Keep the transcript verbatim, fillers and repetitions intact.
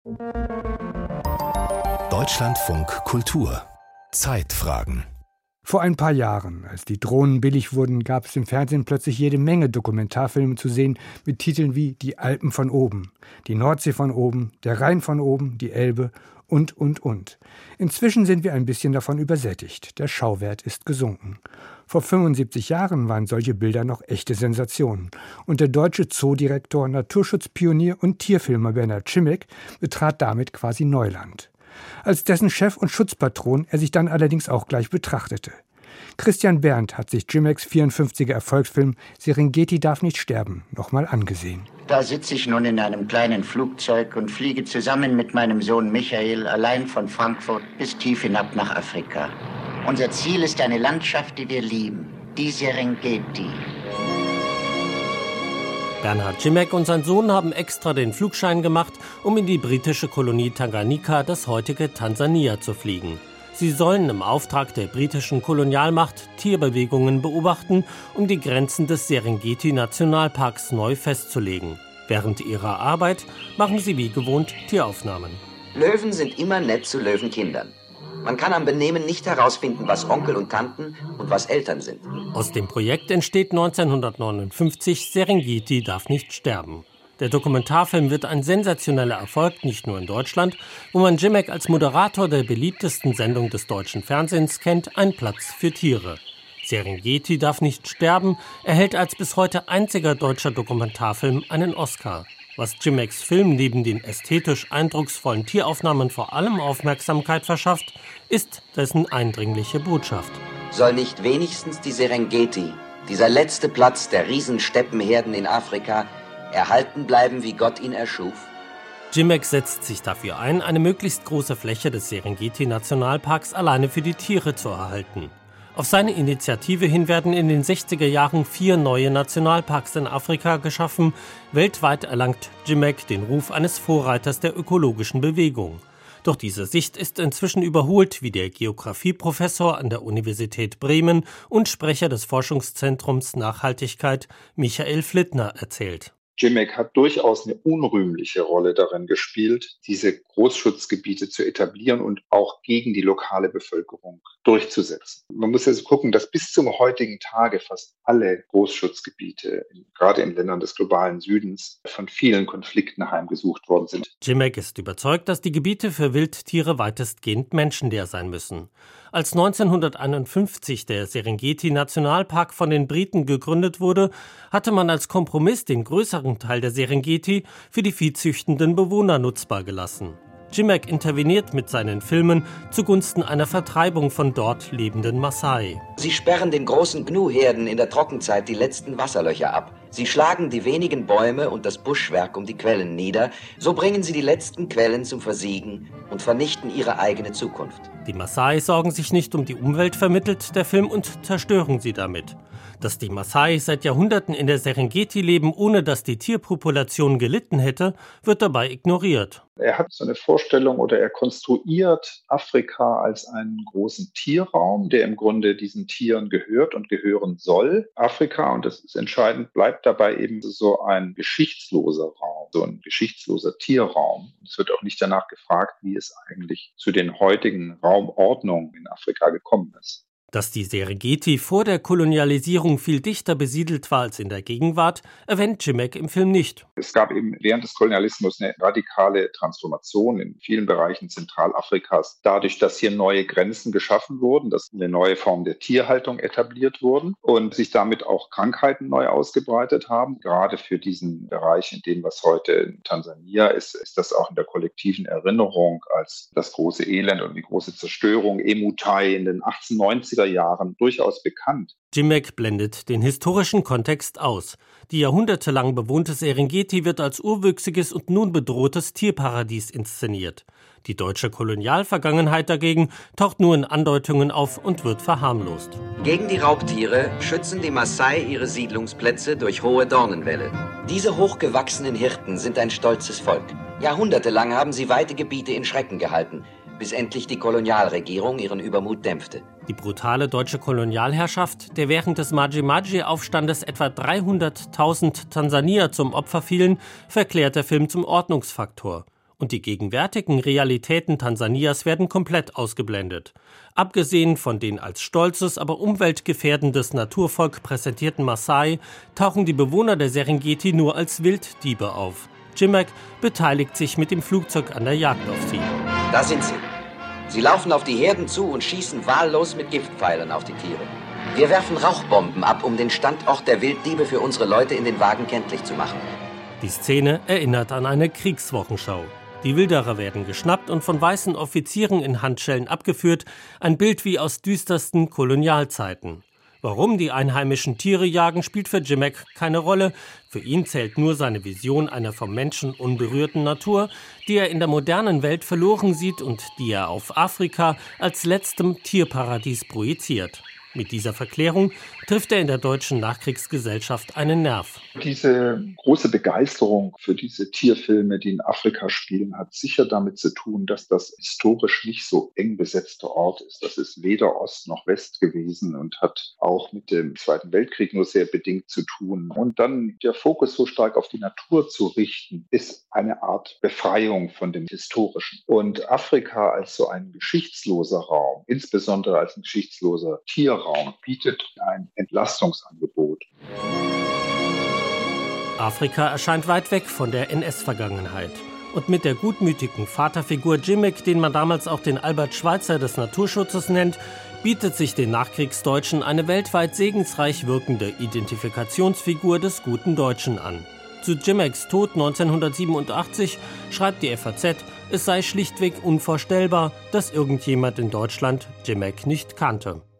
Deutschlandfunk Kultur Zeitfragen. Vor ein paar Jahren, als die Drohnen billig wurden, gab es im Fernsehen plötzlich jede Menge Dokumentarfilme zu sehen mit Titeln wie Die Alpen von oben, die Nordsee von oben, der Rhein von oben, die Elbe und, und, und. Inzwischen sind wir ein bisschen davon übersättigt. Der Schauwert ist gesunken. Vor fünfundsiebzig Jahren waren solche Bilder noch echte Sensationen. Und der deutsche Zoodirektor, Naturschutzpionier und Tierfilmer Bernhard Grzimek betrat damit quasi Neuland. Als dessen Chef und Schutzpatron er sich dann allerdings auch gleich betrachtete. Christian Berndt hat sich Grzimeks vierundfünfziger Erfolgsfilm Serengeti darf nicht sterben nochmal angesehen. Da sitze ich nun in einem kleinen Flugzeug und fliege zusammen mit meinem Sohn Michael allein von Frankfurt bis tief hinab nach Afrika. Unser Ziel ist eine Landschaft, die wir lieben, die Serengeti. Bernhard Grzimek und sein Sohn haben extra den Flugschein gemacht, um in die britische Kolonie Tanganyika, das heutige Tansania, zu fliegen. Sie sollen im Auftrag der britischen Kolonialmacht Tierbewegungen beobachten, um die Grenzen des Serengeti-Nationalparks neu festzulegen. Während ihrer Arbeit machen sie wie gewohnt Tieraufnahmen. Löwen sind immer nett zu Löwenkindern. Man kann am Benehmen nicht herausfinden, was Onkel und Tanten und was Eltern sind. Aus dem Projekt entsteht neunzehnhundertneunundfünfzig Serengeti darf nicht sterben. Der Dokumentarfilm wird ein sensationeller Erfolg, nicht nur in Deutschland, wo man Grzimek als Moderator der beliebtesten Sendung des deutschen Fernsehens kennt, Ein Platz für Tiere. Serengeti darf nicht sterben erhält als bis heute einziger deutscher Dokumentarfilm einen Oscar. Was Grzimeks Film neben den ästhetisch eindrucksvollen Tieraufnahmen vor allem Aufmerksamkeit verschafft, ist dessen eindringliche Botschaft. Soll nicht wenigstens die Serengeti, dieser letzte Platz der Riesensteppenherden in Afrika, erhalten bleiben, wie Gott ihn erschuf? Grzimek setzt sich dafür ein, eine möglichst große Fläche des Serengeti-Nationalparks alleine für die Tiere zu erhalten. Auf seine Initiative hin werden in den sechziger Jahren vier neue Nationalparks in Afrika geschaffen. Weltweit erlangt Grzimek den Ruf eines Vorreiters der ökologischen Bewegung. Doch diese Sicht ist inzwischen überholt, wie der Geografieprofessor an der Universität Bremen und Sprecher des Forschungszentrums Nachhaltigkeit Michael Flittner erzählt. Grzimek hat durchaus eine unrühmliche Rolle darin gespielt, diese Großschutzgebiete zu etablieren und auch gegen die lokale Bevölkerung durchzusetzen. Man muss also gucken, dass bis zum heutigen Tage fast alle Großschutzgebiete, gerade in Ländern des globalen Südens, von vielen Konflikten heimgesucht worden sind. Grzimek ist überzeugt, dass die Gebiete für Wildtiere weitestgehend menschenleer sein müssen. Als neunzehnhunderteinundfünfzig der Serengeti-Nationalpark von den Briten gegründet wurde, hatte man als Kompromiss den größeren Teil der Serengeti für die viehzüchtenden Bewohner nutzbar gelassen. Grzimek interveniert mit seinen Filmen zugunsten einer Vertreibung von dort lebenden Maasai. Sie sperren den großen Gnu-Herden in der Trockenzeit die letzten Wasserlöcher ab. Sie schlagen die wenigen Bäume und das Buschwerk um die Quellen nieder. So bringen sie die letzten Quellen zum Versiegen und vernichten ihre eigene Zukunft. Die Maasai sorgen sich nicht um die Umwelt, vermittelt der Film, und zerstören sie damit. Dass die Maasai seit Jahrhunderten in der Serengeti leben, ohne dass die Tierpopulation gelitten hätte, wird dabei ignoriert. Er hat so eine Vorstellung oder er konstruiert Afrika als einen großen Tierraum, der im Grunde diesen Tieren gehört und gehören soll. Afrika, und das ist entscheidend, bleibt dabei eben so ein geschichtsloser Raum, so ein geschichtsloser Tierraum. Es wird auch nicht danach gefragt, wie es eigentlich zu den heutigen Raumordnungen in Afrika gekommen ist. Dass die Serengeti vor der Kolonialisierung viel dichter besiedelt war als in der Gegenwart, erwähnt Grzimek im Film nicht. Es gab eben während des Kolonialismus eine radikale Transformation in vielen Bereichen Zentralafrikas, dadurch, dass hier neue Grenzen geschaffen wurden, dass eine neue Form der Tierhaltung etabliert wurden und sich damit auch Krankheiten neu ausgebreitet haben. Gerade für diesen Bereich, in dem was heute in Tansania ist, ist das auch in der kollektiven Erinnerung als das große Elend und die große Zerstörung, Emutai in den achtzehnhundertneunziger Jahren durchaus bekannt. Grzimek blendet den historischen Kontext aus. Die jahrhundertelang bewohnte Serengeti wird als urwüchsiges und nun bedrohtes Tierparadies inszeniert. Die deutsche Kolonialvergangenheit dagegen taucht nur in Andeutungen auf und wird verharmlost. Gegen die Raubtiere schützen die Maasai ihre Siedlungsplätze durch hohe Dornenwälle. Diese hochgewachsenen Hirten sind ein stolzes Volk. Jahrhundertelang haben sie weite Gebiete in Schrecken gehalten, bis endlich die Kolonialregierung ihren Übermut dämpfte. Die brutale deutsche Kolonialherrschaft, der während des Maji-Maji-Aufstandes etwa dreihunderttausend Tansanier zum Opfer fielen, verklärt der Film zum Ordnungsfaktor. Und die gegenwärtigen Realitäten Tansanias werden komplett ausgeblendet. Abgesehen von den als stolzes, aber umweltgefährdendes Naturvolk präsentierten Maasai tauchen die Bewohner der Serengeti nur als Wilddiebe auf. Jimmack beteiligt sich mit dem Flugzeug an der Jagd auf sie. Da sind sie. Sie laufen auf die Herden zu und schießen wahllos mit Giftpfeilen auf die Tiere. Wir werfen Rauchbomben ab, um den Standort der Wilddiebe für unsere Leute in den Wagen kenntlich zu machen. Die Szene erinnert an eine Kriegswochenschau. Die Wilderer werden geschnappt und von weißen Offizieren in Handschellen abgeführt, ein Bild wie aus düstersten Kolonialzeiten. Warum die einheimischen Tiere jagen, spielt für Jimmack keine Rolle. Für ihn zählt nur seine Vision einer vom Menschen unberührten Natur, die er in der modernen Welt verloren sieht und die er auf Afrika als letztem Tierparadies projiziert. Mit dieser Verklärung trifft er in der deutschen Nachkriegsgesellschaft einen Nerv. Diese große Begeisterung für diese Tierfilme, die in Afrika spielen, hat sicher damit zu tun, dass das historisch nicht so eng besetzter Ort ist. Das ist weder Ost noch West gewesen und hat auch mit dem Zweiten Weltkrieg nur sehr bedingt zu tun. Und dann der Fokus so stark auf die Natur zu richten, ist eine Art Befreiung von dem Historischen. Und Afrika als so ein geschichtsloser Raum, insbesondere als ein geschichtsloser Tierraum, bietet ein Entlastungsangebot. Afrika erscheint weit weg von der N S-Vergangenheit. Und mit der gutmütigen Vaterfigur Jimmack, den man damals auch den Albert Schweitzer des Naturschutzes nennt, bietet sich den Nachkriegsdeutschen eine weltweit segensreich wirkende Identifikationsfigur des guten Deutschen an. Zu Jimmacks Tod neunzehnhundertsiebenundachtzig schreibt die F A Z, es sei schlichtweg unvorstellbar, dass irgendjemand in Deutschland Jimmack nicht kannte.